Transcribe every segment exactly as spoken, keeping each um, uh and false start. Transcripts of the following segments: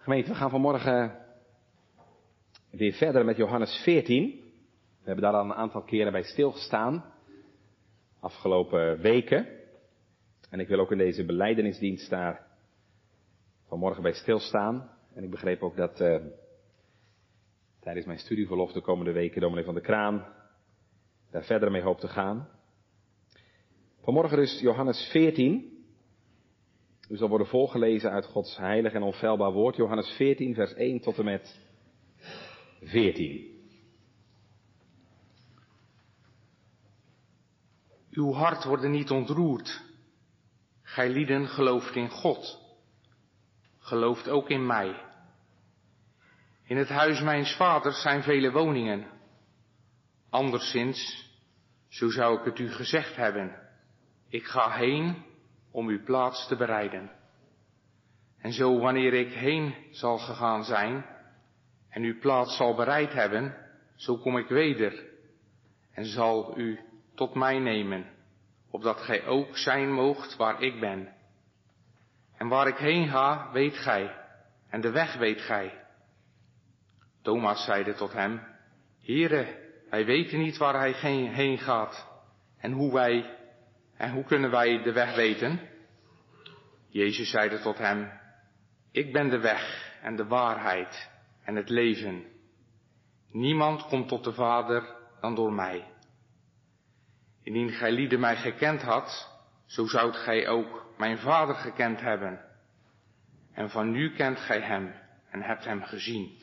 Gemeente, we gaan vanmorgen weer verder met Johannes veertien. We hebben daar al een aantal keren bij stilgestaan, afgelopen weken. En ik wil ook in deze belijdenisdienst daar vanmorgen bij stilstaan. En ik begreep ook dat uh, tijdens mijn studieverlof de komende weken dominee Van der Kraan daar verder mee hoopt te gaan. Vanmorgen dus Johannes veertien. U zal worden voorgelezen uit Gods heilig en onfeilbaar woord. Johannes veertien, vers één tot en met veertien. Uw hart wordt niet ontroerd. Gij lieden gelooft in God. Gelooft ook in mij. In het huis mijns vaders zijn vele woningen. Anderszins, zo zou ik het u gezegd hebben. Ik ga heen om uw plaats te bereiden. En zo wanneer ik heen zal gegaan zijn en uw plaats zal bereid hebben, zo kom ik weder en zal u tot mij nemen, opdat gij ook zijn moogt waar ik ben. En waar ik heen ga, weet gij, en de weg weet gij. Thomas zeide tot hem, Heere, wij weten niet waar hij heen gaat, en hoe wij, en hoe kunnen wij de weg weten? Jezus zeide tot hem, ik ben de weg en de waarheid en het leven. Niemand komt tot de Vader dan door mij. Indien gij lieden mij gekend had, zo zoudt gij ook mijn Vader gekend hebben. En van nu kent gij hem en hebt hem gezien.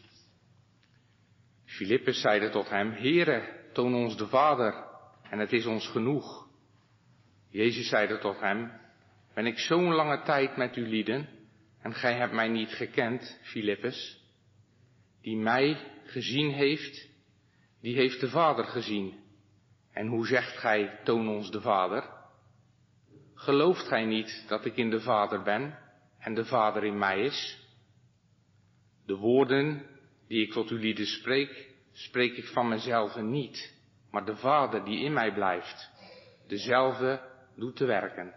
Filippus zeide tot hem, Heere, toon ons de Vader, en het is ons genoeg. Jezus zeide tot hem, ben ik zo'n lange tijd met u lieden, en gij hebt mij niet gekend, Filippus? Die mij gezien heeft, die heeft de Vader gezien. En hoe zegt gij, toon ons de Vader? Gelooft gij niet dat ik in de Vader ben, en de Vader in mij is? De woorden die ik tot u lieden spreek, spreek ik van mezelf niet, maar de Vader die in mij blijft, dezelfde doet te werken.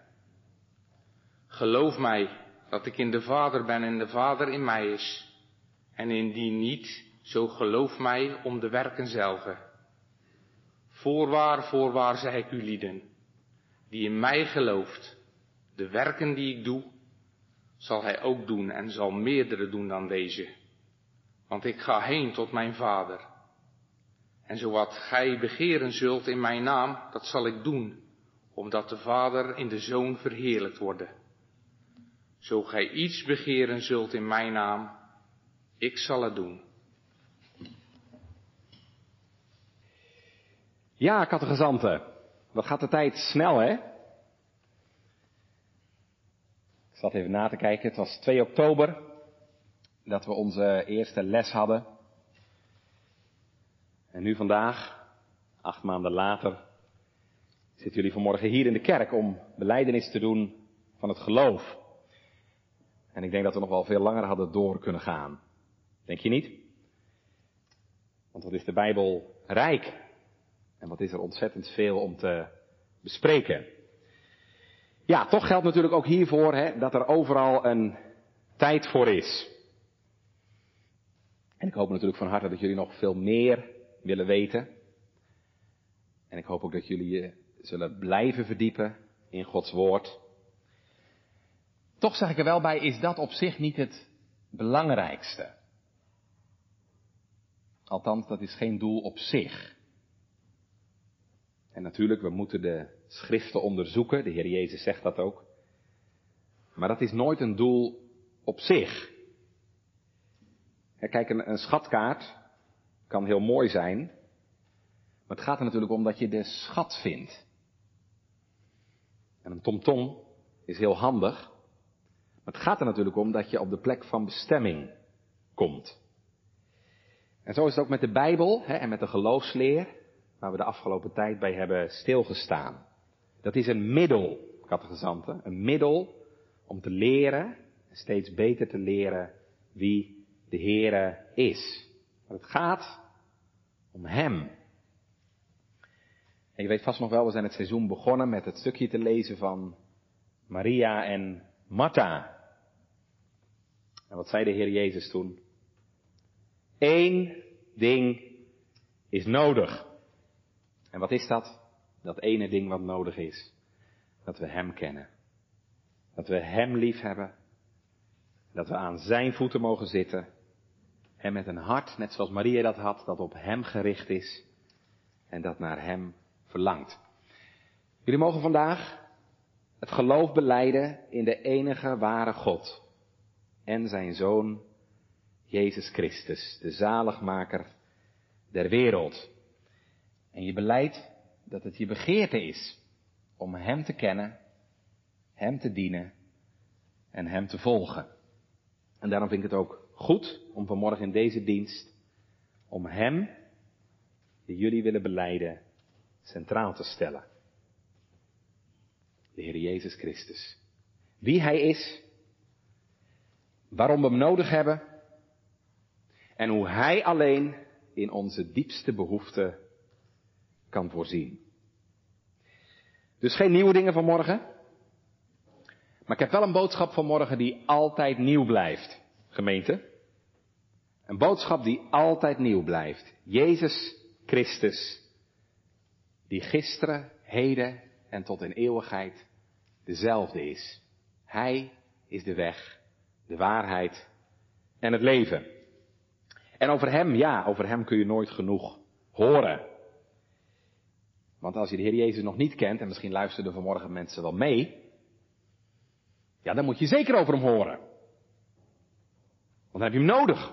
Geloof mij dat ik in de Vader ben en de Vader in mij is. En indien niet, zo geloof mij om de werken zelve. Voorwaar, voorwaar zeg ik u lieden, die in mij gelooft, de werken die ik doe, zal hij ook doen en zal meerdere doen dan deze. Want ik ga heen tot mijn Vader. En zowat gij begeren zult in mijn naam, dat zal ik doen, opdat de Vader in de Zoon verheerlijkt worden. Zo gij iets begeren zult in mijn naam, ik zal het doen. Ja, kattegezanten, wat gaat de tijd snel, hè? Ik zat even na te kijken, het was twee oktober dat we onze eerste les hadden. En nu vandaag, acht maanden later, zitten jullie vanmorgen hier in de kerk om belijdenis te doen van het geloof. En ik denk dat we nog wel veel langer hadden door kunnen gaan. Denk je niet? Want wat is de Bijbel rijk? En wat is er ontzettend veel om te bespreken. Ja, toch geldt natuurlijk ook hiervoor hè, dat er overal een tijd voor is. En ik hoop natuurlijk van harte dat jullie nog veel meer willen weten. En ik hoop ook dat jullie je zullen blijven verdiepen in Gods woord. Toch zeg ik er wel bij, is dat op zich niet het belangrijkste. Althans, dat is geen doel op zich. En natuurlijk, we moeten de schriften onderzoeken, de Heer Jezus zegt dat ook. Maar dat is nooit een doel op zich. Kijk, een, een schatkaart kan heel mooi zijn, maar het gaat er natuurlijk om dat je de schat vindt. En een tomtom is heel handig. Maar het gaat er natuurlijk om dat je op de plek van bestemming komt. En zo is het ook met de Bijbel hè, en met de geloofsleer, waar we de afgelopen tijd bij hebben stilgestaan. Dat is een middel, kattegezanten, een middel om te leren, steeds beter te leren wie de Heere is. Maar het gaat om Hem. En je weet vast nog wel, we zijn het seizoen begonnen met het stukje te lezen van Maria en Martha. En wat zei de Heer Jezus toen? Eén ding is nodig. En wat is dat? Dat ene ding wat nodig is. Dat we Hem kennen. Dat we Hem lief hebben. Dat we aan Zijn voeten mogen zitten. En met een hart, net zoals Maria dat had, dat op Hem gericht is. En dat naar Hem verlangt. Jullie mogen vandaag het geloof belijden in de enige ware God. En zijn Zoon, Jezus Christus, de zaligmaker der wereld. En je belijdt dat het je begeerte is om Hem te kennen, Hem te dienen en Hem te volgen. En daarom vind ik het ook goed om vanmorgen in deze dienst, om Hem, die jullie willen belijden, centraal te stellen. De Heer Jezus Christus. Wie Hij is, waarom we Hem nodig hebben en hoe Hij alleen in onze diepste behoeften kan voorzien. Dus geen nieuwe dingen vanmorgen, maar ik heb wel een boodschap vanmorgen die altijd nieuw blijft, gemeente. Een boodschap die altijd nieuw blijft. Jezus Christus, die gisteren, heden en tot in eeuwigheid dezelfde is. Hij is de weg, de waarheid en het leven. En over Hem, ja, over Hem kun je nooit genoeg horen. Want als je de Heer Jezus nog niet kent, en misschien luisterden vanmorgen mensen wel mee, ja, dan moet je zeker over Hem horen. Want dan heb je Hem nodig.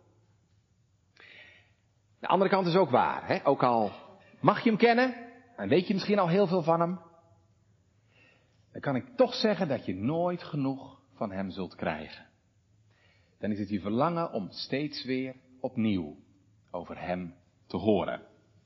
De andere kant is ook waar, hè? Ook al mag je Hem kennen, en weet je misschien al heel veel van Hem, dan kan ik toch zeggen dat je nooit genoeg van Hem zult krijgen. Dan is het je verlangen om steeds weer opnieuw over Hem te horen.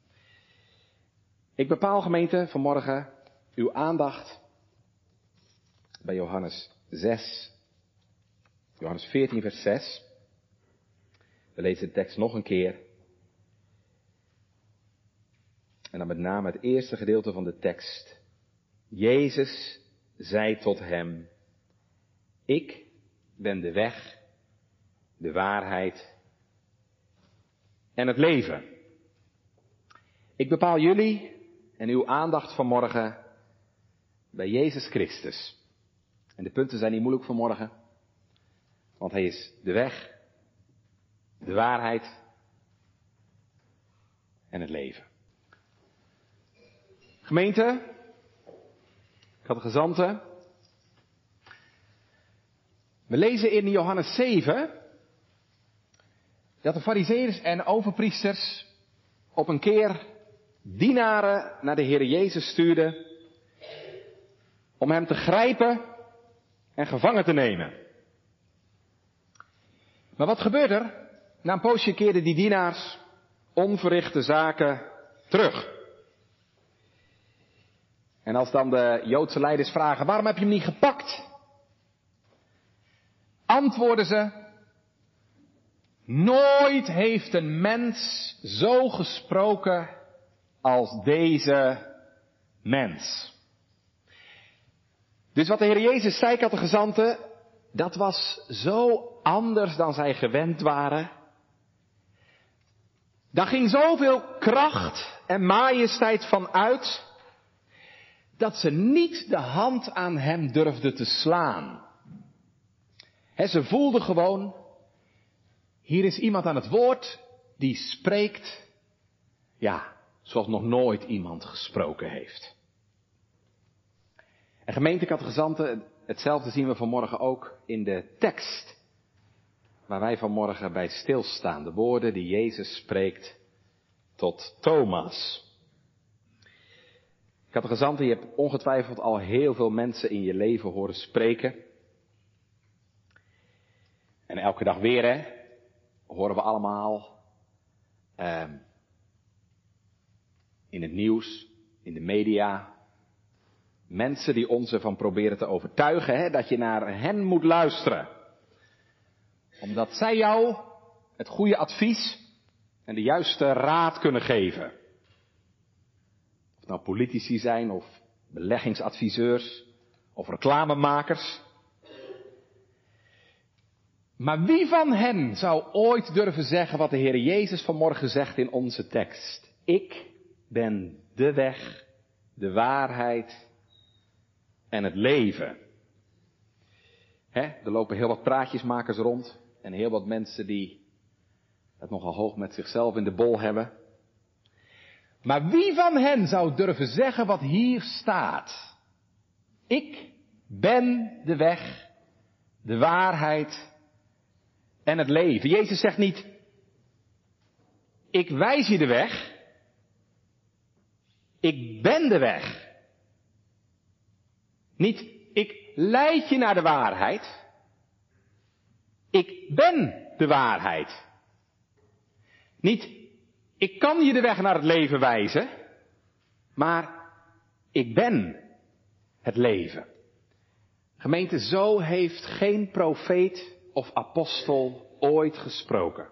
Ik bepaal, gemeente, vanmorgen uw aandacht bij Johannes zes. Johannes veertien vers zes. We lezen de tekst nog een keer. En dan met name het eerste gedeelte van de tekst. Jezus zei tot hem, ik ben de weg, de waarheid en het leven. Ik bepaal jullie en uw aandacht vanmorgen bij Jezus Christus. En de punten zijn niet moeilijk vanmorgen, want Hij is de weg, de waarheid en het leven. Gemeente, ik had gezanten. We lezen in Johannes zeven dat de farizeeërs en overpriesters op een keer dienaren naar de Heer Jezus stuurden om Hem te grijpen en gevangen te nemen. Maar wat gebeurt er? Na een poosje keerden die dienaars onverrichte zaken terug. En als dan de Joodse leiders vragen, waarom heb je hem niet gepakt? Antwoorden ze, nooit heeft een mens zo gesproken als deze mens. Dus wat de Heer Jezus zei, had de gezanten, dat was zo anders dan zij gewend waren. Daar ging zoveel kracht en majesteit van uit, dat ze niet de hand aan Hem durfden te slaan. He, ze voelden gewoon, hier is iemand aan het woord die spreekt, ja, zoals nog nooit iemand gesproken heeft. En gemeente catechisanten, hetzelfde zien we vanmorgen ook in de tekst waar wij vanmorgen bij stilstaan. De woorden die Jezus spreekt tot Thomas. Catechisanten, je hebt ongetwijfeld al heel veel mensen in je leven horen spreken. En elke dag weer, hè, horen we allemaal eh, in het nieuws, in de media, mensen die ons ervan proberen te overtuigen, hè, dat je naar hen moet luisteren. Omdat zij jou het goede advies en de juiste raad kunnen geven. Of het nou politici zijn, of beleggingsadviseurs, of reclamemakers. Maar wie van hen zou ooit durven zeggen wat de Heer Jezus vanmorgen zegt in onze tekst? Ik ben de weg, de waarheid en het leven. Hè, er lopen heel wat praatjesmakers rond en heel wat mensen die het nogal hoog met zichzelf in de bol hebben. Maar wie van hen zou durven zeggen wat hier staat? Ik ben de weg, de waarheid en het leven. Jezus zegt niet, ik wijs je de weg. Ik ben de weg. Niet, ik leid je naar de waarheid. Ik ben de waarheid. Niet, ik kan je de weg naar het leven wijzen. Maar ik ben het leven. Gemeente, zo heeft geen profeet of apostel ooit gesproken.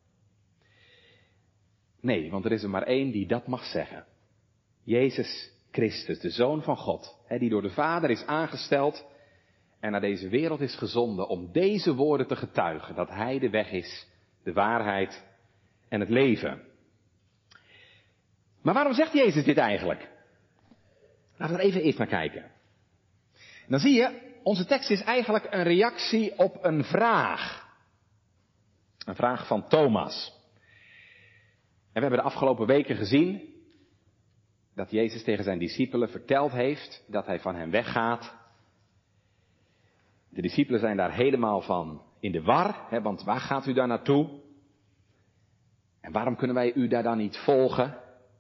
Nee, want er is er maar één die dat mag zeggen. Jezus Christus, de Zoon van God, hè, die door de Vader is aangesteld en naar deze wereld is gezonden om deze woorden te getuigen, dat Hij de weg is, de waarheid en het leven. Maar waarom zegt Jezus dit eigenlijk? Laten we er even eerst naar kijken. En dan zie je, onze tekst is eigenlijk een reactie op een vraag. Een vraag van Thomas. En we hebben de afgelopen weken gezien dat Jezus tegen zijn discipelen verteld heeft dat hij van hen weggaat. De discipelen zijn daar helemaal van in de war, hè, want waar gaat u daar naartoe? En waarom kunnen wij u daar dan niet volgen?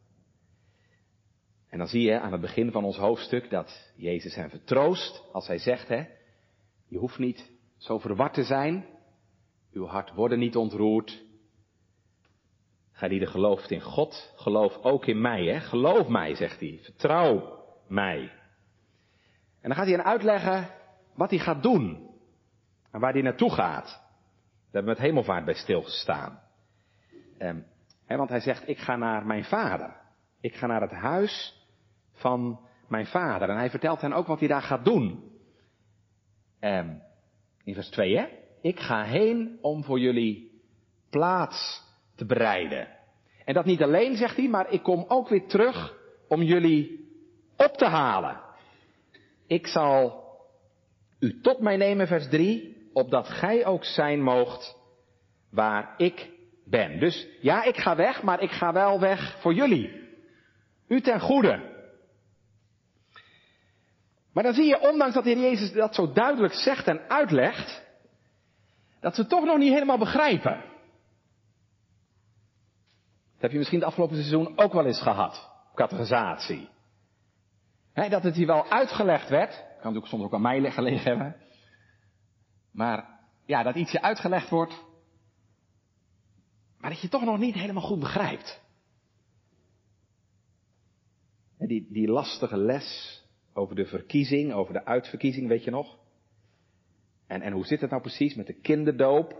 En dan zie je aan het begin van ons hoofdstuk dat Jezus hen vertroost als hij zegt, hè, je hoeft niet zo verward te zijn, uw hart wordt niet ontroerd. Gij die er gelooft in God, geloof ook in mij, hè? Geloof mij, zegt hij. Vertrouw mij. En dan gaat hij hen uitleggen wat hij gaat doen. En waar hij naartoe gaat. Daar hebben we met hemelvaart bij stilgestaan. Um, hè, want hij zegt, ik ga naar mijn vader. Ik ga naar het huis van mijn vader. En hij vertelt hen ook wat hij daar gaat doen. Um, in vers twee, hè? Ik ga heen om voor jullie plaats te bereiden. En dat niet alleen, zegt hij, maar ik kom ook weer terug om jullie op te halen. Ik zal u tot mij nemen, vers drie, opdat gij ook zijn moogt waar ik ben. Dus ja, ik ga weg, maar ik ga wel weg voor jullie. U ten goede. Maar dan zie je, ondanks dat de Heer Jezus dat zo duidelijk zegt en uitlegt, dat ze het toch nog niet helemaal begrijpen. Dat heb je misschien het afgelopen seizoen ook wel eens gehad. Catechisatie. He, dat het hier wel uitgelegd werd. Kan natuurlijk soms ook aan mij gelegen hebben. Maar ja, dat ietsje uitgelegd wordt. Maar dat je het toch nog niet helemaal goed begrijpt. He, die, die lastige les over de verkiezing, over de uitverkiezing, weet je nog? En, en hoe zit het nou precies met de kinderdoop?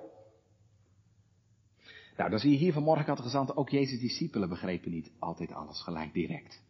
Nou, dan zie je hier vanmorgen, catechisant, ook Jezus' discipelen begrepen niet altijd alles gelijk direct.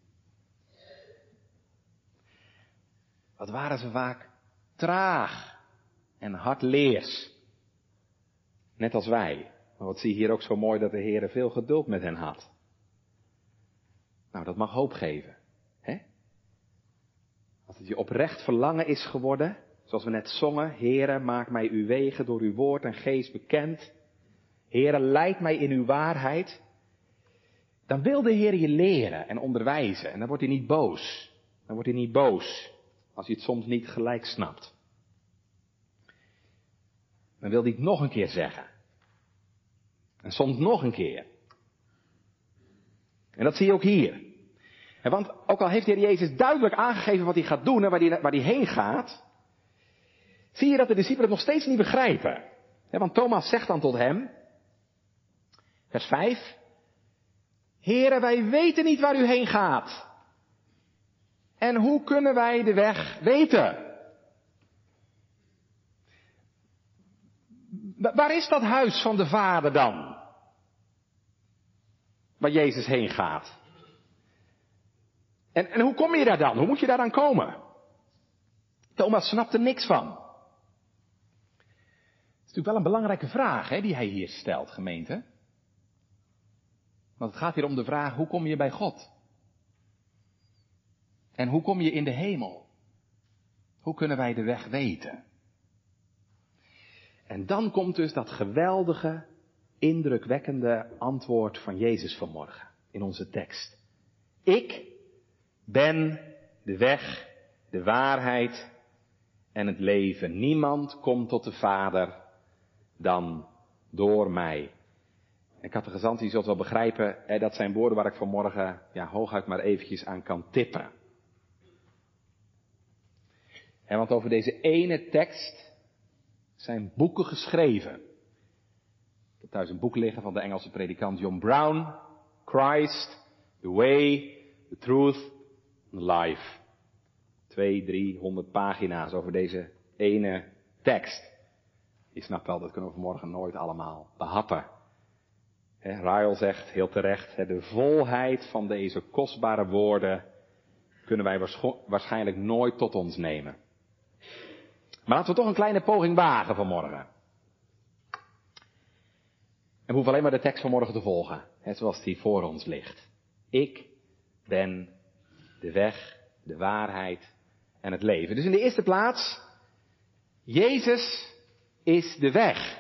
Wat waren ze vaak traag en hardleers. Net als wij. Maar wat zie je hier ook zo mooi dat de Heer veel geduld met hen had. Nou, dat mag hoop geven. Hè? Als het je oprecht verlangen is geworden, zoals we net zongen, Heere, maak mij uw wegen door uw woord en geest bekend. Heere, leid mij in uw waarheid. Dan wil de Heer je leren en onderwijzen. En dan wordt hij niet boos. Dan wordt hij niet boos. Als je het soms niet gelijk snapt. Dan wil hij het nog een keer zeggen. En soms nog een keer. En dat zie je ook hier. En want ook al heeft de Heer Jezus duidelijk aangegeven wat hij gaat doen en waar hij, waar hij heen gaat, zie je dat de discipelen het nog steeds niet begrijpen. Want Thomas zegt dan tot hem, vers vijf, Heere, wij weten niet waar u heen gaat. En hoe kunnen wij de weg weten? Waar is dat huis van de Vader dan? Waar Jezus heen gaat. En, en hoe kom je daar dan? Hoe moet je daar dan komen? Thomas snapt er niks van. natuurlijk wel een belangrijke vraag, hè, die hij hier stelt, gemeente. Want het gaat hier om de vraag, hoe kom je bij God? En hoe kom je in de hemel? Hoe kunnen wij de weg weten? En dan komt dus dat geweldige, indrukwekkende antwoord van Jezus vanmorgen in onze tekst. Ik ben de weg, de waarheid en het leven. Niemand komt tot de Vader dan door mij. En catechizant, die zult wel begrijpen, hè, dat zijn woorden waar ik vanmorgen ja, hooguit maar eventjes aan kan tippen. En want over deze ene tekst zijn boeken geschreven. Ik heb thuis een boek liggen van de Engelse predikant John Brown. Christ, the way, the truth, and the life. Twee, driehonderd pagina's over deze ene tekst. Je snapt wel, dat kunnen we vanmorgen nooit allemaal behappen. He, Ryle zegt heel terecht, he, de volheid van deze kostbare woorden kunnen wij waarschijnlijk nooit tot ons nemen. Maar laten we toch een kleine poging wagen vanmorgen. En we hoeven alleen maar de tekst vanmorgen te volgen, he, zoals die voor ons ligt. Ik ben de weg, de waarheid en het leven. Dus in de eerste plaats, Jezus is de weg.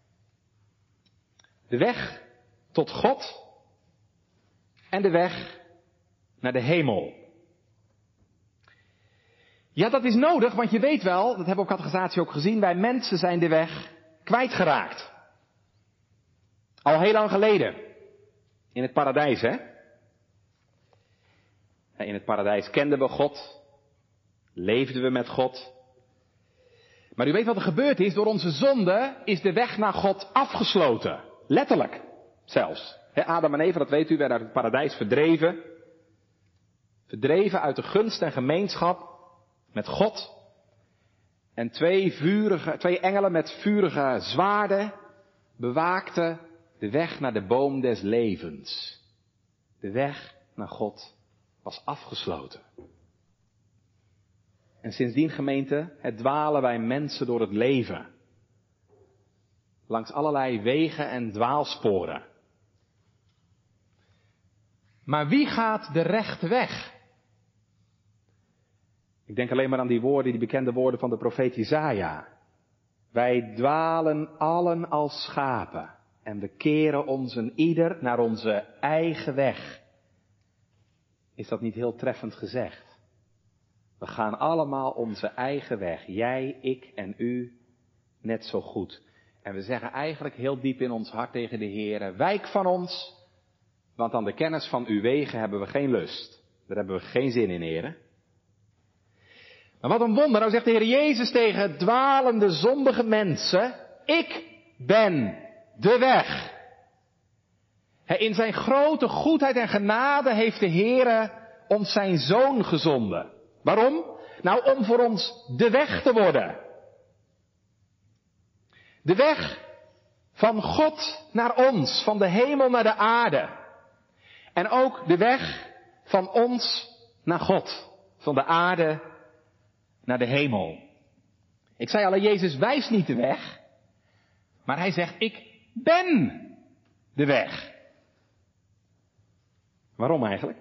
De weg tot God en de weg naar de hemel. Ja, dat is nodig, want je weet wel, dat hebben we op catechisatie ook gezien, wij mensen zijn de weg kwijtgeraakt. Al heel lang geleden. In het paradijs, hè? In het paradijs kenden we God, leefden we met God. Maar u weet wat er gebeurd is, door onze zonde is de weg naar God afgesloten. Letterlijk, zelfs. He, Adam en Eva, dat weet u, werden uit het paradijs verdreven. Verdreven uit de gunst en gemeenschap met God. En twee, vurige, twee engelen met vurige zwaarden bewaakten de weg naar de boom des levens. De weg naar God was afgesloten. En sindsdien, gemeente, het dwalen wij mensen door het leven. Langs allerlei wegen en dwaalsporen. Maar wie gaat de rechte weg? Ik denk alleen maar aan die woorden, die bekende woorden van de profeet Jesaja. Wij dwalen allen als schapen en we keren ons een ieder naar onze eigen weg. Is dat niet heel treffend gezegd? We gaan allemaal onze eigen weg. Jij, ik en u, net zo goed. En we zeggen eigenlijk heel diep in ons hart tegen de Heere, wijk van ons, want aan de kennis van uw wegen hebben we geen lust. Daar hebben we geen zin in, Heere. Maar wat een wonder, nou zegt de Heer Jezus tegen dwalende, zondige mensen, ik ben de weg. In zijn grote goedheid en genade heeft de Heere ons zijn Zoon gezonden. Waarom? Nou, om voor ons de weg te worden. De weg van God naar ons, van de hemel naar de aarde. En ook de weg van ons naar God, van de aarde naar de hemel. Ik zei al, Jezus wijst niet de weg, maar hij zegt, ik ben de weg. Waarom eigenlijk?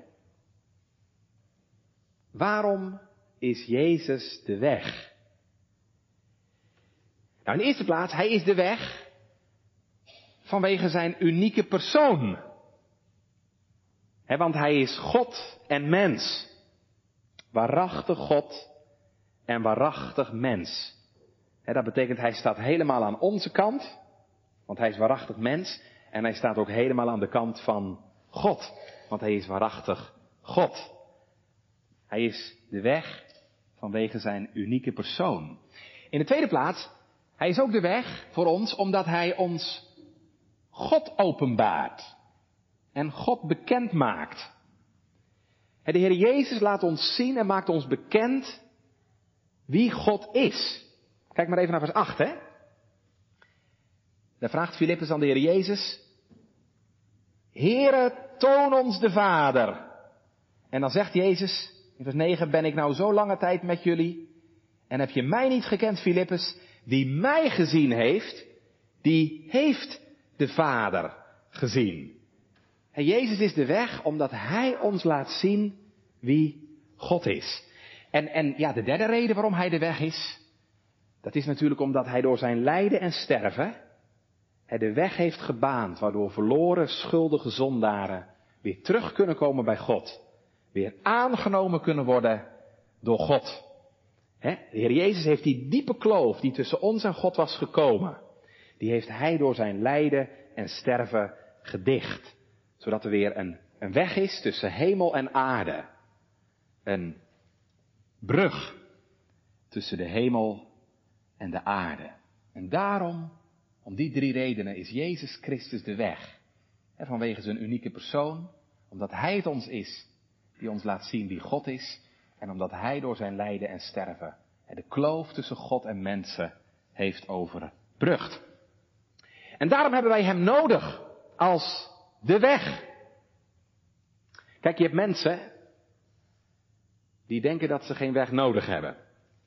Waarom is Jezus de weg? Nou, in de eerste plaats, hij is de weg vanwege zijn unieke persoon. He, want hij is God en mens. Waarachtig God en waarachtig mens. He, dat betekent, hij staat helemaal aan onze kant, want hij is waarachtig mens. En hij staat ook helemaal aan de kant van God, want hij is waarachtig God. Hij is de weg vanwege zijn unieke persoon. In de tweede plaats, hij is ook de weg voor ons omdat hij ons God openbaart en God bekend maakt. De Heer Jezus laat ons zien en maakt ons bekend wie God is. Kijk maar even naar vers acht, hè. Daar vraagt Filippus aan de Heer Jezus, Heere, toon ons de Vader. En dan zegt Jezus, in vers negen, ben ik nou zo lange tijd met jullie en heb je mij niet gekend, Filippus? Wie mij gezien heeft, die heeft de Vader gezien. En Jezus is de weg omdat Hij ons laat zien wie God is. En, en ja, de derde reden waarom Hij de weg is, dat is natuurlijk omdat Hij door zijn lijden en sterven de weg heeft gebaand, waardoor verloren, schuldige zondaren weer terug kunnen komen bij God. Weer aangenomen kunnen worden door God. He, de Heer Jezus heeft die diepe kloof die tussen ons en God was gekomen, die heeft Hij door zijn lijden en sterven gedicht. Zodat er weer een, een weg is tussen hemel en aarde. Een brug tussen de hemel en de aarde. En daarom, om die drie redenen, is Jezus Christus de weg. En vanwege zijn unieke persoon, omdat Hij het ons is, die ons laat zien wie God is. En omdat Hij door zijn lijden en sterven de kloof tussen God en mensen heeft overbrugd. En daarom hebben wij Hem nodig als de weg. Kijk, je hebt mensen die denken dat ze geen weg nodig hebben.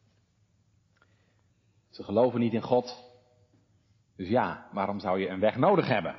Ze geloven niet in God. Dus ja, waarom zou je een weg nodig hebben?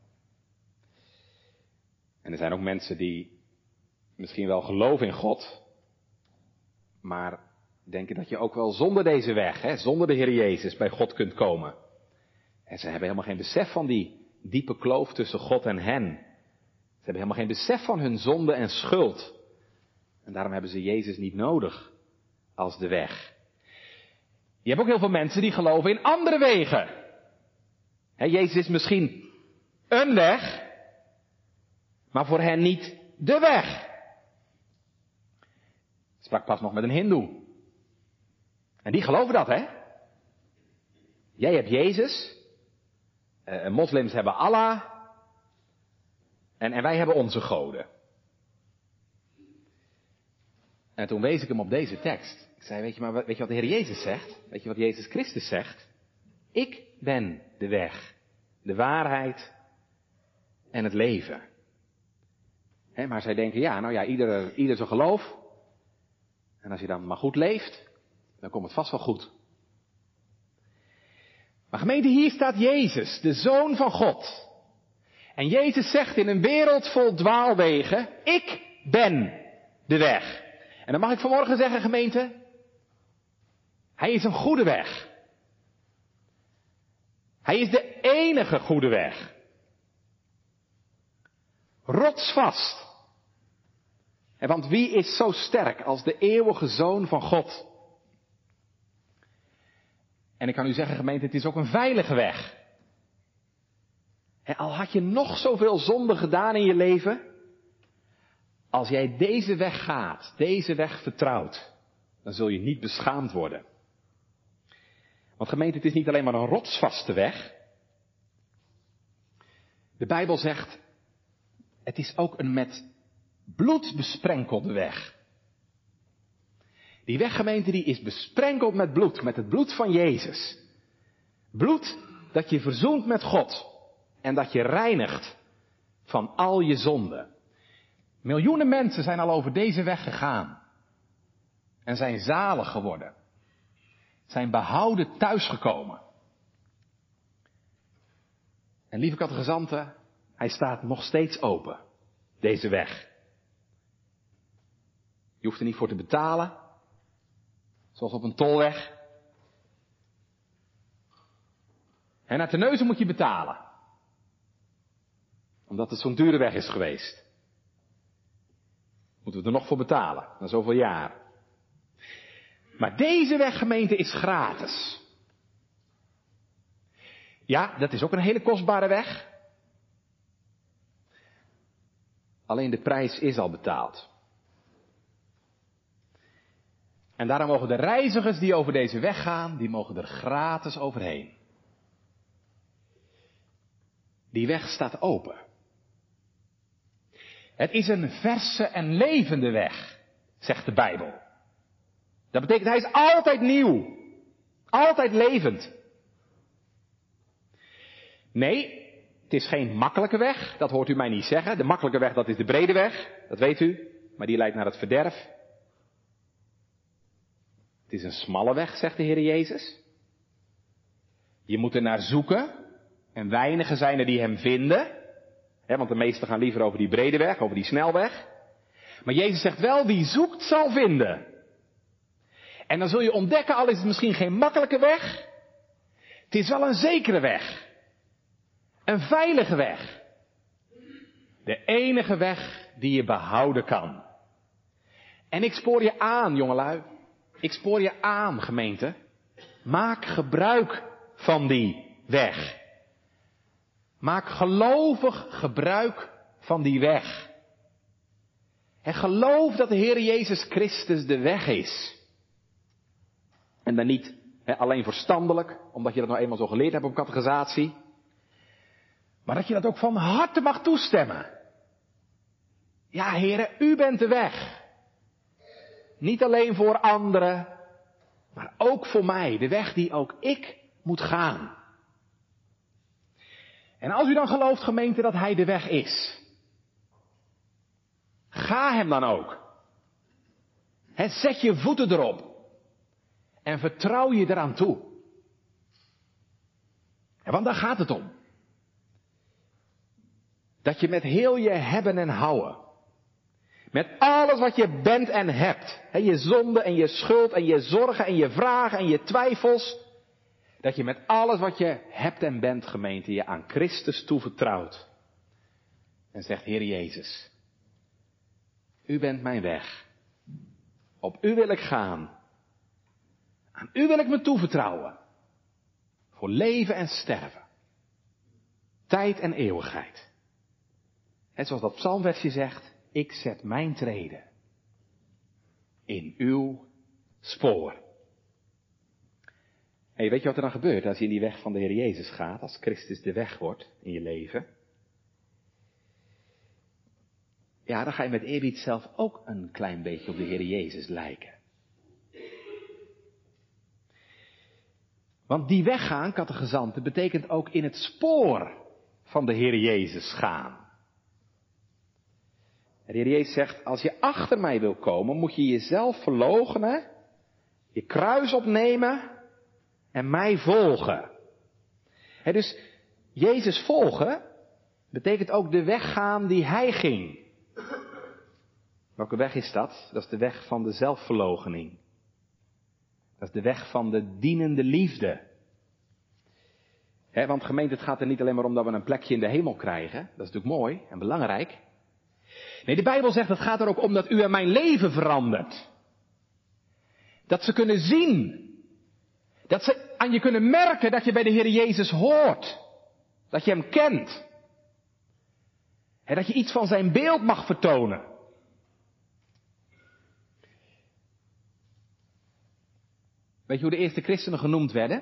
En er zijn ook mensen die misschien wel geloven in God, maar denken dat je ook wel zonder deze weg, hè, zonder de Heer Jezus, bij God kunt komen. En ze hebben helemaal geen besef van die diepe kloof tussen God en hen. Ze hebben helemaal geen besef van hun zonde en schuld. En daarom hebben ze Jezus niet nodig als de weg. Je hebt ook heel veel mensen die geloven in andere wegen. He, Jezus is misschien een weg, maar voor hen niet de weg. Ik sprak pas nog met een hindoe. En die geloven dat, hè? Jij hebt Jezus, uh, moslims hebben Allah, en, en wij hebben onze goden. En toen wees ik hem op deze tekst. Ik zei, weet je, maar weet je wat de Heer Jezus zegt? Weet je wat Jezus Christus zegt? Ik ben de weg, de waarheid en het leven. He, maar zij denken, ja, nou ja, ieder, ieder zijn geloof. En als je dan maar goed leeft, dan komt het vast wel goed. Maar gemeente, hier staat Jezus, de Zoon van God. En Jezus zegt in een wereld vol dwaalwegen, ik ben de weg. En dan mag ik vanmorgen zeggen, gemeente, Hij is een goede weg. Hij is de enige goede weg. Rotsvast. En want wie is zo sterk als de eeuwige Zoon van God? En ik kan u zeggen, gemeente, het is ook een veilige weg. En al had je nog zoveel zonde gedaan in je leven, als jij deze weg gaat, deze weg vertrouwt, dan zul je niet beschaamd worden. Want gemeente, het is niet alleen maar een rotsvaste weg. De Bijbel zegt, het is ook een met bloed besprenkelde weg. Die weg, gemeente, die is besprenkeld met bloed, met het bloed van Jezus. Bloed dat je verzoent met God en dat je reinigt van al je zonden. Miljoenen mensen zijn al over deze weg gegaan en zijn zalig geworden. Zijn behouden thuisgekomen. En lieve catechizanten, hij staat nog steeds open, deze weg. Je hoeft er niet voor te betalen, zoals op een tolweg. En naar Terneuzen moet je betalen, omdat het zo'n dure weg is geweest. Moeten we er nog voor betalen, na zoveel jaar. Maar deze weg, gemeente, is gratis. Ja, dat is ook een hele kostbare weg. Alleen de prijs is al betaald. En daarom mogen de reizigers die over deze weg gaan, die mogen er gratis overheen. Die weg staat open. Het is een verse en levende weg, zegt de Bijbel. Dat betekent, hij is altijd nieuw. Altijd levend. Nee, het is geen makkelijke weg, dat hoort u mij niet zeggen. De makkelijke weg, dat is de brede weg, dat weet u, maar die leidt naar het verderf. Het is een smalle weg, zegt de Heer Jezus. Je moet er naar zoeken, En weinigen zijn er die hem vinden. Hè, want de meesten gaan liever over die brede weg, over die snelweg. Maar Jezus zegt wel, wie zoekt zal vinden. En dan zul je ontdekken, al is het misschien geen makkelijke weg. Het is wel een zekere weg. Een veilige weg. De enige weg die je behouden kan. En ik spoor je aan, jongelui. Ik spoor je aan, gemeente. Maak gebruik van die weg. Maak gelovig gebruik van die weg. En geloof dat de Heer Jezus Christus de weg is. En dan niet he, alleen verstandelijk, omdat je dat nou eenmaal zo geleerd hebt op catechisatie. Maar dat je dat ook van harte mag toestemmen. Ja, Heere, u bent de weg. Niet alleen voor anderen, maar ook voor mij. De weg die ook ik moet gaan. En als u dan gelooft, gemeente, dat hij de weg is. Ga hem dan ook. He, zet je voeten erop. En vertrouw je eraan toe. En want daar gaat het om. Dat je met heel je hebben en houden. Met alles wat je bent en hebt. He, je zonde en je schuld en je zorgen en je vragen en je twijfels. Dat je met alles wat je hebt en bent, gemeente, je aan Christus toevertrouwt. En zegt, Heer Jezus, u bent mijn weg. Op u wil ik gaan. Aan u wil ik me toevertrouwen. Voor leven en sterven. Tijd en eeuwigheid. En zoals dat psalmversje zegt, ik zet mijn treden in uw spoor. Hey, weet je wat er dan gebeurt als je in die weg van de Heer Jezus gaat, als Christus de weg wordt in je leven? Ja, dan ga je met eerbied zelf ook een klein beetje op de Heer Jezus lijken. Want die weggaan, catechizanten, betekent ook in het spoor van de Heer Jezus gaan. De Heer Jezus zegt, als je achter mij wil komen, moet je jezelf verloochenen, je kruis opnemen en mij volgen. He, dus Jezus volgen betekent ook de weg gaan die hij ging. Welke weg is dat? Dat is de weg van de zelfverloochening. Dat is de weg van de dienende liefde. He, want gemeente, het gaat er niet alleen maar om dat we een plekje in de hemel krijgen. Dat is natuurlijk mooi en belangrijk. Nee, de Bijbel zegt, het gaat er ook om dat u en mijn leven verandert. Dat ze kunnen zien. Dat ze aan je kunnen merken dat je bij de Heer Jezus hoort. Dat je hem kent. En dat je iets van zijn beeld mag vertonen. Weet je hoe de eerste christenen genoemd werden?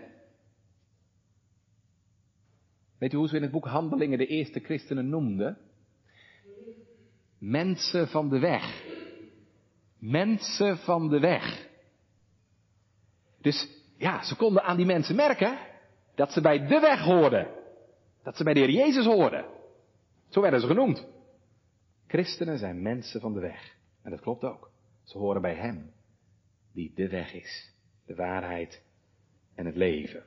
Weet u hoe ze in het boek Handelingen de eerste christenen noemden? Mensen van de weg. Mensen van de weg. Dus ja, ze konden aan die mensen merken dat ze bij de weg hoorden. Dat ze bij de Heer Jezus hoorden. Zo werden ze genoemd. Christenen zijn mensen van de weg. En dat klopt ook. Ze horen bij hem die de weg is. De waarheid en het leven.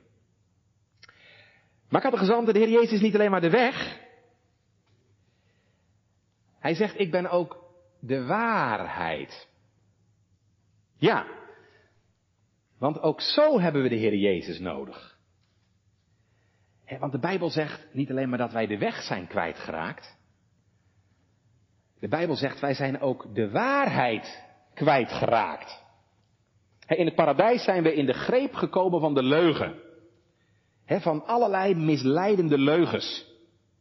Maar catechizanten, de Heer Jezus is niet alleen maar de weg. Hij zegt, ik ben ook de waarheid. Ja, want ook zo hebben we de Heer Jezus nodig. He, want de Bijbel zegt niet alleen maar dat wij de weg zijn kwijtgeraakt. De Bijbel zegt, wij zijn ook de waarheid kwijtgeraakt. He, in het paradijs zijn we in de greep gekomen van de leugen. He, van allerlei misleidende leugens.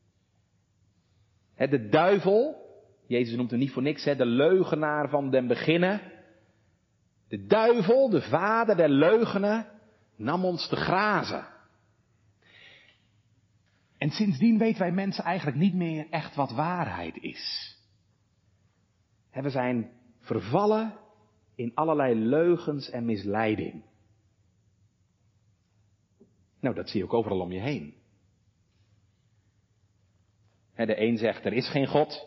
He, de duivel, Jezus noemt hem niet voor niks, he, de leugenaar van den beginnen. De duivel, de vader der leugenen, nam ons te grazen. En sindsdien weten wij mensen eigenlijk niet meer echt wat waarheid is. He, we zijn vervallen in allerlei leugens en misleiding. Nou, dat zie je ook overal om je heen. He, de een zegt, er is geen God.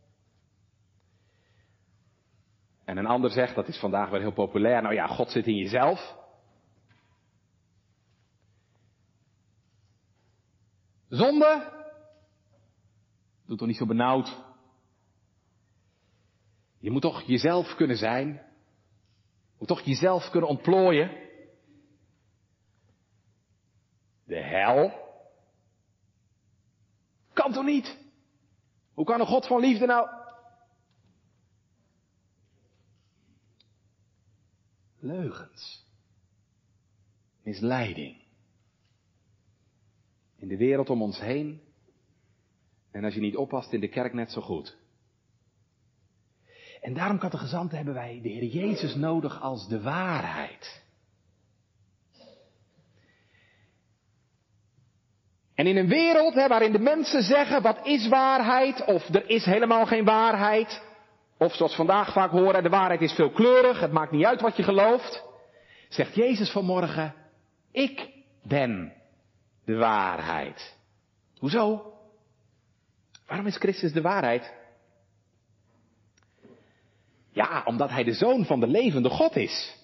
En een ander zegt, dat is vandaag weer heel populair, nou ja, God zit in jezelf. Zonde? Doe toch niet zo benauwd. Je moet toch jezelf kunnen zijn. Je moet toch jezelf kunnen ontplooien. De hel? Kan toch niet? Hoe kan een God van liefde nou... Leugens. Misleiding. In de wereld om ons heen. En als je niet oppast in de kerk net zo goed. En daarom, kattegezanten, hebben wij de Heer Jezus nodig als de waarheid. En in een wereld hè, waarin de mensen zeggen, wat is waarheid? Of er is helemaal geen waarheid. Of zoals vandaag vaak horen, de waarheid is veelkleurig, het maakt niet uit wat je gelooft. Zegt Jezus vanmorgen, ik ben de waarheid. Hoezo? Waarom is Christus de waarheid? Ja, omdat hij de zoon van de levende God is.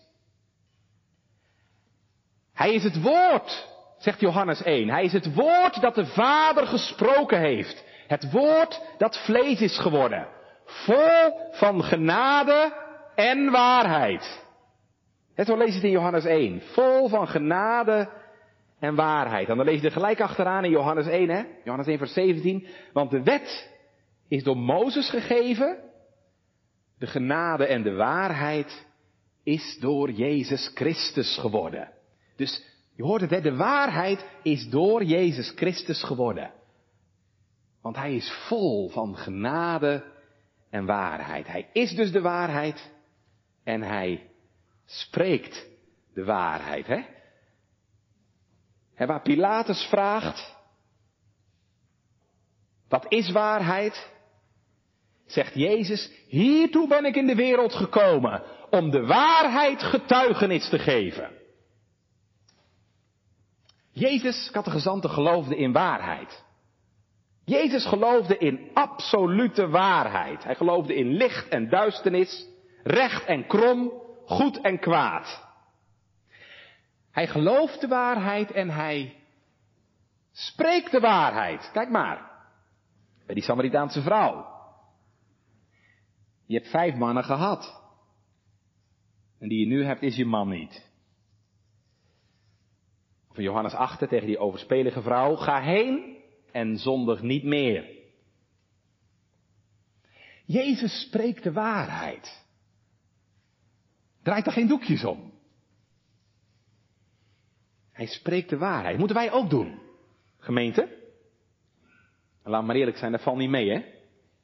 Hij is het woord, zegt Johannes één. Hij is het woord dat de Vader gesproken heeft. Het woord dat vlees is geworden. Vol van genade en waarheid. En zo lees je het in Johannes één. Vol van genade en waarheid. En dan lees je er gelijk achteraan in Johannes één, hè? Johannes één vers zeventien. Want de wet is door Mozes gegeven. De genade en de waarheid is door Jezus Christus geworden. Dus je hoort het, hè? De waarheid is door Jezus Christus geworden. Want hij is vol van genade en waarheid. Hij is dus de waarheid en hij spreekt de waarheid, hè? En waar Pilatus vraagt, wat is waarheid? Zegt Jezus, hiertoe ben ik in de wereld gekomen, om de waarheid getuigenis te geven. Jezus, kattegezanten, geloofde in waarheid. Jezus geloofde in absolute waarheid. Hij geloofde in licht en duisternis, recht en krom, goed en kwaad. Hij gelooft de waarheid en hij spreekt de waarheid. Kijk maar, bij die Samaritaanse vrouw. Je hebt vijf mannen gehad. En die je nu hebt is je man niet. Of in Johannes acht tegen die overspelige vrouw. Ga heen en zondig niet meer. Jezus spreekt de waarheid. Draait er geen doekjes om. Hij spreekt de waarheid. Moeten wij ook doen, gemeente? En laat maar eerlijk zijn, dat valt niet mee, hè?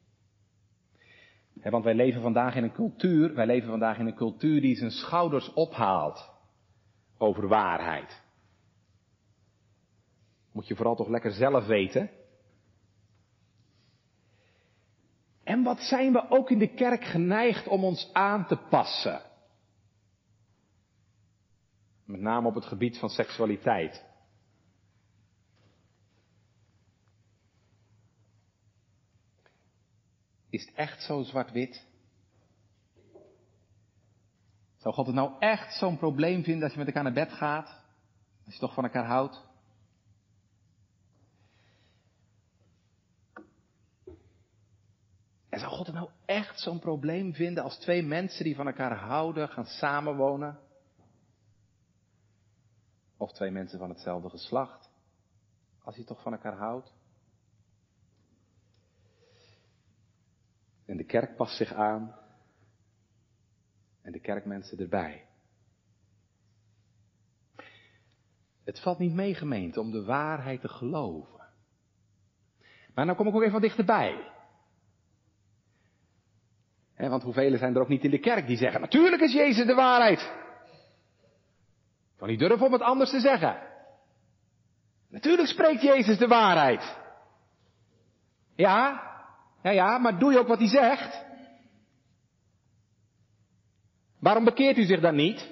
He, want wij leven vandaag in een cultuur, wij leven vandaag in een cultuur die zijn schouders ophaalt over waarheid. Moet je vooral toch lekker zelf weten. En wat zijn we ook in de kerk geneigd om ons aan te passen? Met name op het gebied van seksualiteit. Is het echt zo zwart-wit? Zou God het nou echt zo'n probleem vinden als je met elkaar naar bed gaat? Als je toch van elkaar houdt? En zou God het nou echt zo'n probleem vinden als twee mensen die van elkaar houden gaan samenwonen? Of twee mensen van hetzelfde geslacht? Als je toch van elkaar houdt? En de kerk past zich aan. En de kerkmensen erbij. Het valt niet mee, gemeente, om de waarheid te geloven. Maar nou kom ik ook even wat dichterbij. He, want hoeveel zijn er ook niet in de kerk die zeggen, natuurlijk is Jezus de waarheid. Ik kan niet durven om het anders te zeggen. Natuurlijk spreekt Jezus de waarheid. Ja, ja, ja, maar doe je ook wat hij zegt? Waarom bekeert u zich dan niet?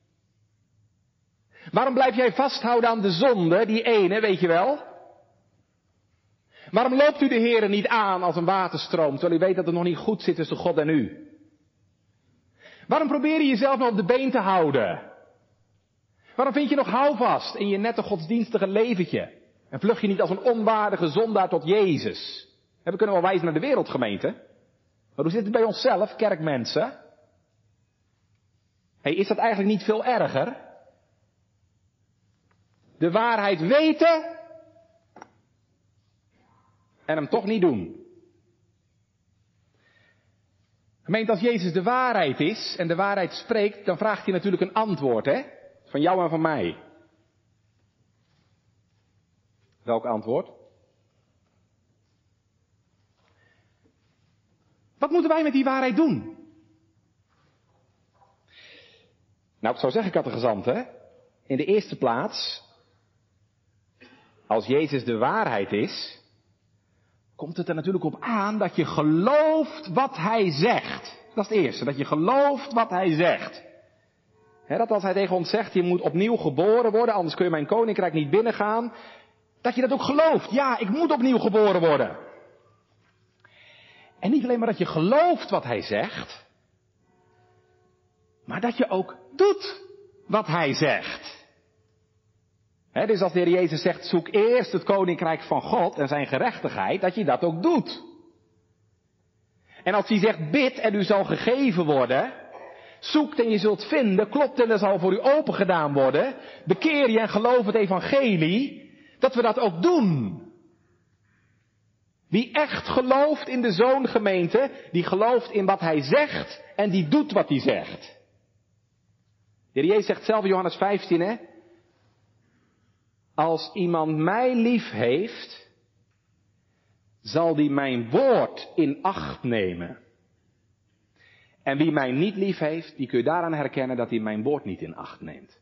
Waarom blijf jij vasthouden aan de zonde, die ene, weet je wel? Waarom loopt u de Heere niet aan als een waterstroom, terwijl u weet dat het nog niet goed zit tussen God en u? Waarom probeer je jezelf nog op de been te houden? Waarom vind je nog houvast in je nette godsdienstige leventje? En vlug je niet als een onwaardige zondaar tot Jezus. En we kunnen wel wijzen naar de wereldgemeente. Maar hoe zit het bij onszelf, kerkmensen? Hey, is dat eigenlijk niet veel erger? De waarheid weten en hem toch niet doen. Gemeente, als Jezus de waarheid is en de waarheid spreekt, dan vraagt hij natuurlijk een antwoord, hè? Van jou en van mij. Welk antwoord? Wat moeten wij met die waarheid doen? Nou, ik zou zeggen, kattegezanten, in de eerste plaats, als Jezus de waarheid is, komt het er natuurlijk op aan dat je gelooft wat hij zegt. Dat is het eerste, dat je gelooft wat hij zegt. He, dat als hij tegen ons zegt, je moet opnieuw geboren worden, anders kun je mijn koninkrijk niet binnengaan. Dat je dat ook gelooft. Ja, ik moet opnieuw geboren worden. En niet alleen maar dat je gelooft wat hij zegt, maar dat je ook doet wat hij zegt. He, dus als de Heer Jezus zegt, zoek eerst het koninkrijk van God en zijn gerechtigheid, dat je dat ook doet. En als hij zegt, bid en u zal gegeven worden, zoekt en je zult vinden, klopt en er zal voor u open gedaan worden, bekeer je en geloof het evangelie, dat we dat ook doen. Wie echt gelooft in de Zoon, gemeente, die gelooft in wat hij zegt en die doet wat hij zegt. De Heer Jezus zegt zelf in Johannes vijftien, hè, als iemand mij lief heeft, zal die mijn woord in acht nemen. En wie mij niet lief heeft, die kun je daaraan herkennen dat hij mijn woord niet in acht neemt.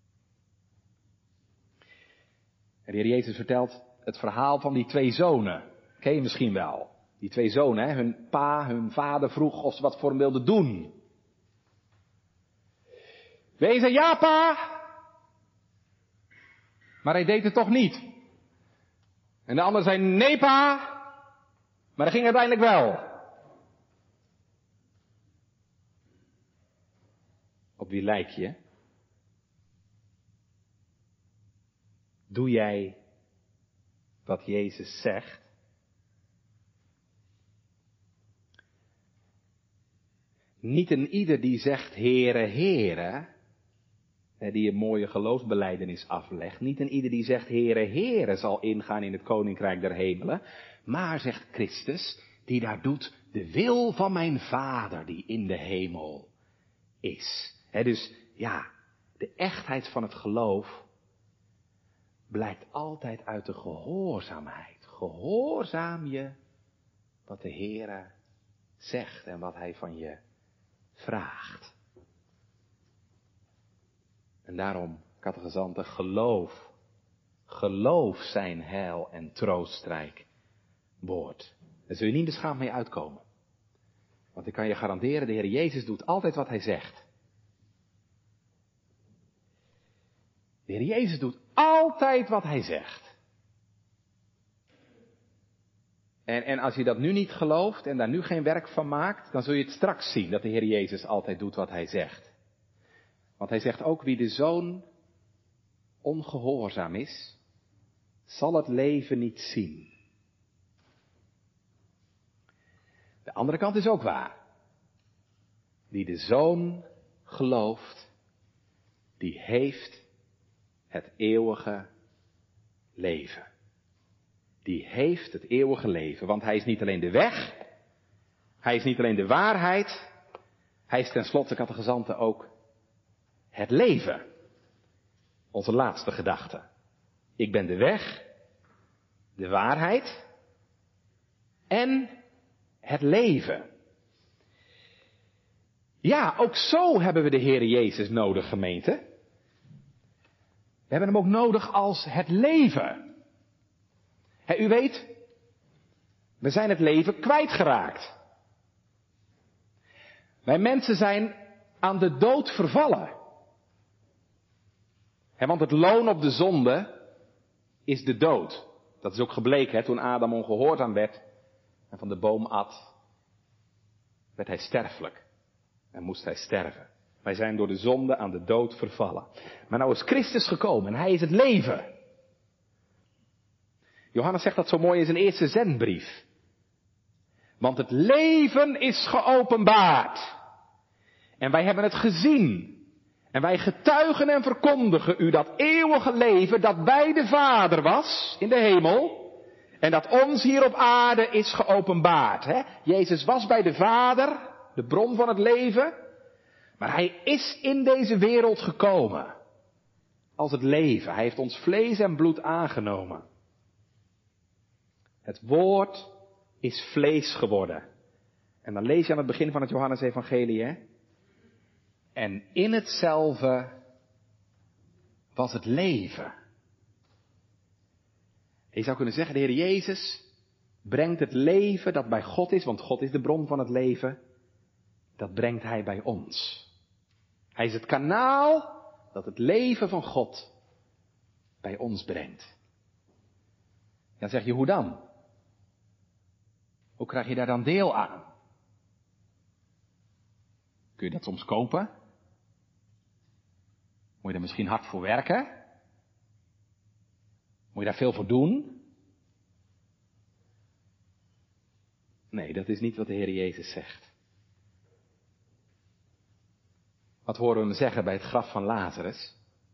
En de Heer Jezus vertelt het verhaal van die twee zonen. Ken je misschien wel. Die twee zonen, hè? Hun pa, hun vader vroeg of ze wat voor hem wilden doen. De een zei, ja pa. Maar hij deed het toch niet. En de ander zei, nee pa. Maar dat ging uiteindelijk wel. Op wie lijk je? Doe jij wat Jezus zegt? Niet een ieder die zegt, Heere, Heere, die een mooie geloofsbelijdenis aflegt. Niet een ieder die zegt, Heere, Heere, zal ingaan in het koninkrijk der hemelen. Maar, zegt Christus, die daar doet de wil van mijn Vader die in de hemel is. He, dus ja, de echtheid van het geloof blijkt altijd uit de gehoorzaamheid. Gehoorzaam je wat de Heere zegt en wat hij van je vraagt. En daarom, kattegezanten, geloof, geloof zijn heil en troostrijk woord. Daar zul je niet beschaamd mee uitkomen. Want ik kan je garanderen, de Heer Jezus doet altijd wat hij zegt. De Heer Jezus doet altijd wat hij zegt. En, en als je dat nu niet gelooft en daar nu geen werk van maakt, dan zul je het straks zien dat de Heer Jezus altijd doet wat hij zegt. Want hij zegt ook, wie de Zoon ongehoorzaam is, zal het leven niet zien. De andere kant is ook waar. Wie de Zoon gelooft, die heeft het eeuwige leven. Die heeft het eeuwige leven, want hij is niet alleen de weg, hij is niet alleen de waarheid, hij is tenslotte, kattegezanten, ook het leven. Onze laatste gedachte. Ik ben de weg, de waarheid en het leven. Ja, ook zo hebben we de Heere Jezus nodig, gemeente. We hebben hem ook nodig als het leven. He, u weet, we zijn het leven kwijtgeraakt. Wij mensen zijn aan de dood vervallen. He, want het loon op de zonde is de dood. Dat is ook gebleken, he, toen Adam ongehoorzaam werd en van de boom at, werd hij sterfelijk en moest hij sterven. Wij zijn door de zonde aan de dood vervallen. Maar nou is Christus gekomen en hij is het leven. Johannes zegt dat zo mooi in zijn eerste zendbrief. Want het leven is geopenbaard. En wij hebben het gezien. En wij getuigen en verkondigen u dat eeuwige leven dat bij de Vader was in de hemel. En dat ons hier op aarde is geopenbaard. Hè? Jezus was bij de Vader, de bron van het leven. Maar hij is in deze wereld gekomen. Als het leven. Hij heeft ons vlees en bloed aangenomen. Het woord is vlees geworden. En dan lees je aan het begin van het Johannesevangelie, hè? En in hetzelfde was het leven. Je zou kunnen zeggen, de Heer Jezus brengt het leven dat bij God is, want God is de bron van het leven, dat brengt Hij bij ons. Hij is het kanaal dat het leven van God bij ons brengt. Dan zeg je, hoe dan? Hoe krijg je daar dan deel aan? Kun je dat soms kopen? Moet je er misschien hard voor werken? Moet je daar veel voor doen? Nee, dat is niet wat de Heer Jezus zegt. Wat horen we hem zeggen bij het graf van Lazarus?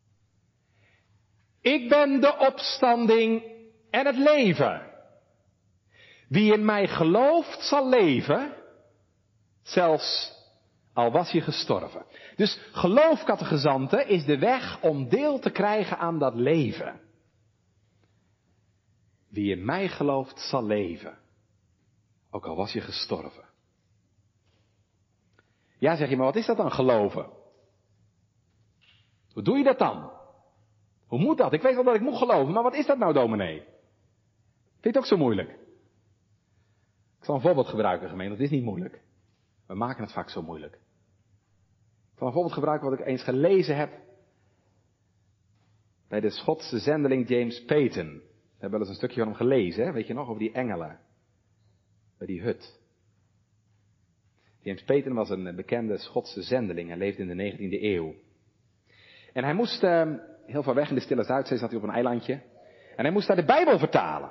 Ik ben de opstanding en het leven. Wie in mij gelooft zal leven, zelfs al was je gestorven. Dus geloof, kattegezanten, is de weg om deel te krijgen aan dat leven. Wie in mij gelooft zal leven, ook al was je gestorven. Ja, zeg je, maar wat is dat dan geloven? Hoe doe je dat dan? Hoe moet dat? Ik weet wel dat ik moet geloven, maar wat is dat nou, dominee? Vind je het ook zo moeilijk? Ik zal een voorbeeld gebruiken, gemeente, dat is niet moeilijk. We maken het vaak zo moeilijk. Ik zal een voorbeeld gebruiken wat ik eens gelezen heb bij de Schotse zendeling James Peyton. We hebben wel eens een stukje van hem gelezen, hè? Weet je nog, over die engelen. Bij die hut. James Peyton was een bekende Schotse zendeling. Hij leefde in de negentiende eeuw. En hij moest, uh, heel ver weg in de Stille Zuidzee, zat hij op een eilandje. En hij moest daar de Bijbel vertalen.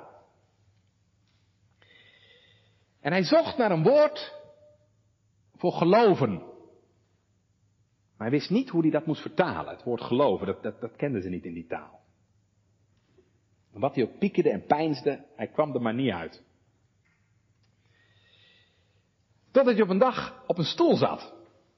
En hij zocht naar een woord voor geloven. Maar hij wist niet hoe hij dat moest vertalen. Het woord geloven, dat, dat, dat kenden ze niet in die taal. En wat hij ook piekerde en peinsde, hij kwam er maar niet uit. Totdat hij op een dag op een stoel zat.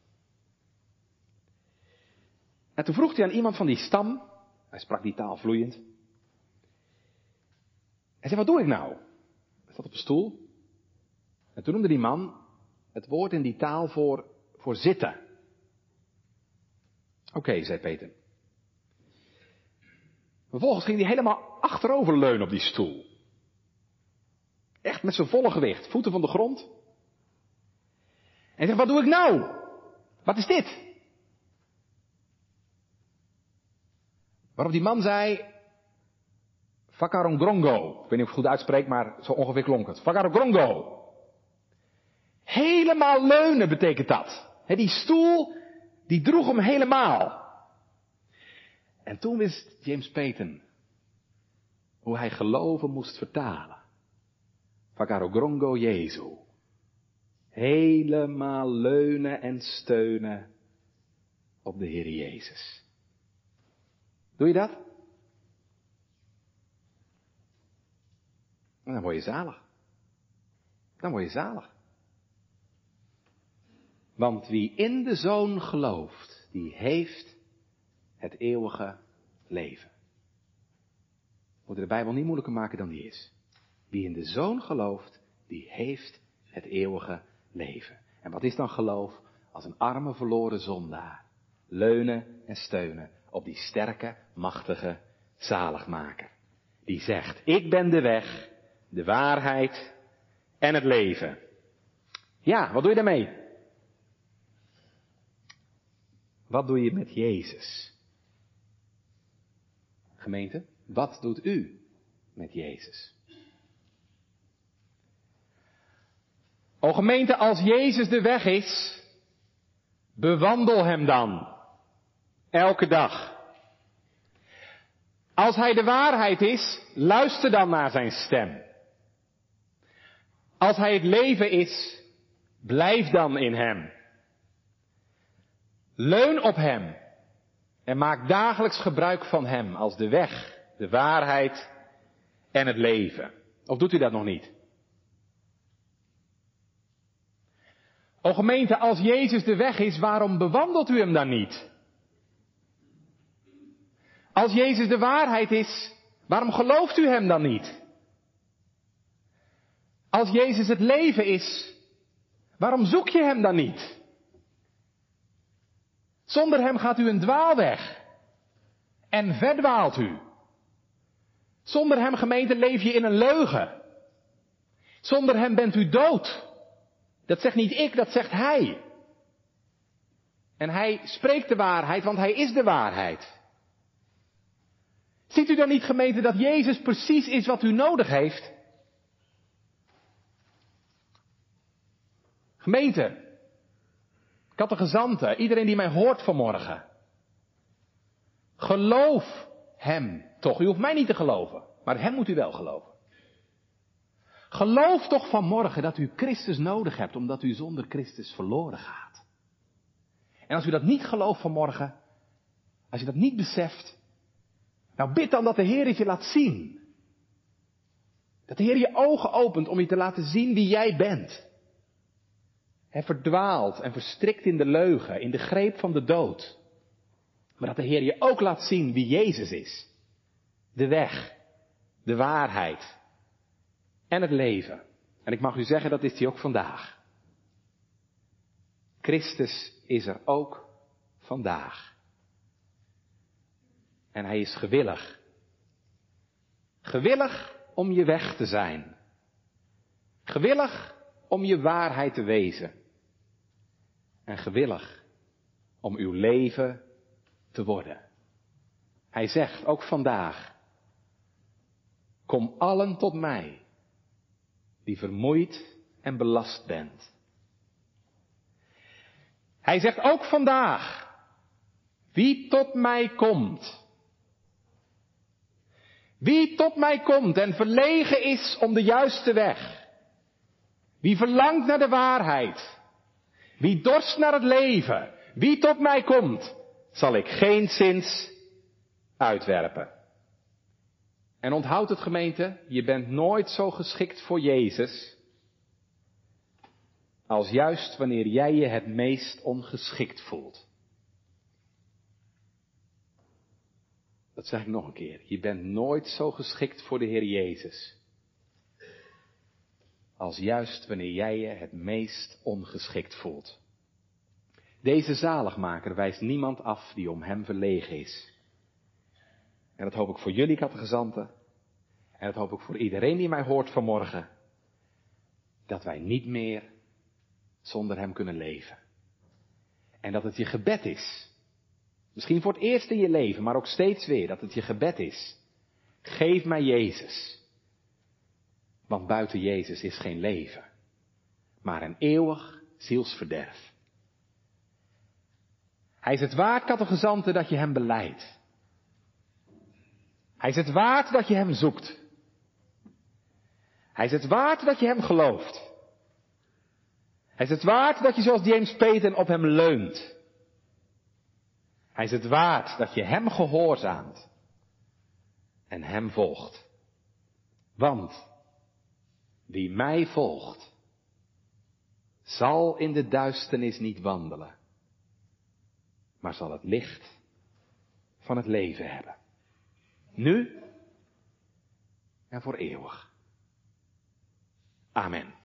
En toen vroeg hij aan iemand van die stam, hij sprak die taal vloeiend. Hij zei, wat doe ik nou? Hij zat op een stoel. En toen noemde die man het woord in die taal voor, voor zitten. Oké, okay, zei Peter. Vervolgens ging hij helemaal achterover leunen op die stoel. Echt met zijn volle gewicht, voeten van de grond. En hij zegt, wat doe ik nou? Wat is dit? Waarop die man zei, Vakarongrongo. Ik weet niet of ik het goed uitspreek, maar zo ongeveer klonk het. Vakarongrongo. Helemaal leunen betekent dat. He, die stoel, die droeg hem helemaal. En toen wist James Peyton hoe hij geloven moest vertalen. Vakarongrongo Jezu. Helemaal leunen en steunen op de Heer Jezus. Doe je dat? Dan word je zalig. Dan word je zalig. Want wie in de Zoon gelooft, die heeft het eeuwige leven. We moeten de Bijbel niet moeilijker maken dan die is. Wie in de Zoon gelooft, die heeft het eeuwige leven. En wat is dan geloof? Als een arme verloren zondaar. Leunen en steunen op die sterke, machtige zaligmaker. Die zegt, ik ben de weg, de waarheid en het leven. Ja, wat doe je daarmee? Wat doe je met Jezus? Gemeente, wat doet u met Jezus? O gemeente, als Jezus de weg is, bewandel hem dan. Elke dag. Als hij de waarheid is, luister dan naar zijn stem. Als hij het leven is, blijf dan in hem. Leun op hem en maak dagelijks gebruik van hem als de weg, de waarheid en het leven. Of doet u dat nog niet? O gemeente, als Jezus de weg is, waarom bewandelt u hem dan niet? Als Jezus de waarheid is, waarom gelooft u hem dan niet? Als Jezus het leven is, waarom zoek je hem dan niet? Zonder hem gaat u een dwaalweg. En verdwaalt u. Zonder hem, gemeente, leef je in een leugen. Zonder hem bent u dood. Dat zegt niet ik, dat zegt hij. En hij spreekt de waarheid, want hij is de waarheid. Ziet u dan niet, gemeente, dat Jezus precies is wat u nodig heeft? Gemeente, catechizanten, iedereen die mij hoort vanmorgen. Geloof hem toch. U hoeft mij niet te geloven, maar hem moet u wel geloven. Geloof toch vanmorgen dat u Christus nodig hebt, omdat u zonder Christus verloren gaat. En als u dat niet gelooft vanmorgen, als je dat niet beseft, nou bid dan dat de Heer het je laat zien. Dat de Heer je ogen opent om je te laten zien wie jij bent. Hij verdwaalt en verstrikt in de leugen, in de greep van de dood. Maar dat de Heer je ook laat zien wie Jezus is. De weg, de waarheid en het leven. En ik mag u zeggen, dat is hij ook vandaag. Christus is er ook vandaag. En hij is gewillig. Gewillig om je weg te zijn. Gewillig om je waarheid te wezen. En gewillig om uw leven te worden. Hij zegt ook vandaag, kom allen tot mij, die vermoeid en belast bent. Hij zegt ook vandaag, wie tot mij komt, wie tot mij komt en verlegen is om de juiste weg, wie verlangt naar de waarheid, wie dorst naar het leven, wie tot mij komt, zal ik geenszins uitwerpen. En onthoud het, gemeente, je bent nooit zo geschikt voor Jezus als juist wanneer jij je het meest ongeschikt voelt. Dat zeg ik nog een keer. Je bent nooit zo geschikt voor de Heer Jezus als juist wanneer jij je het meest ongeschikt voelt. Deze zaligmaker wijst niemand af die om hem verlegen is. En dat hoop ik voor jullie, catechizanten. En dat hoop ik voor iedereen die mij hoort vanmorgen. Dat wij niet meer zonder hem kunnen leven. En dat het je gebed is. Misschien voor het eerst in je leven, maar ook steeds weer. Dat het je gebed is. Geef mij Jezus. Want buiten Jezus is geen leven. Maar een eeuwig zielsverderf. Hij is het waard, catechizanten, dat je hem belijdt. Hij is het waard dat je hem zoekt. Hij is het waard dat je hem gelooft. Hij is het waard dat je zoals James Peter op hem leunt. Hij is het waard dat je hem gehoorzaamt. En hem volgt. Want wie mij volgt, zal in de duisternis niet wandelen, maar zal het licht van het leven hebben. Nu en voor eeuwig. Amen.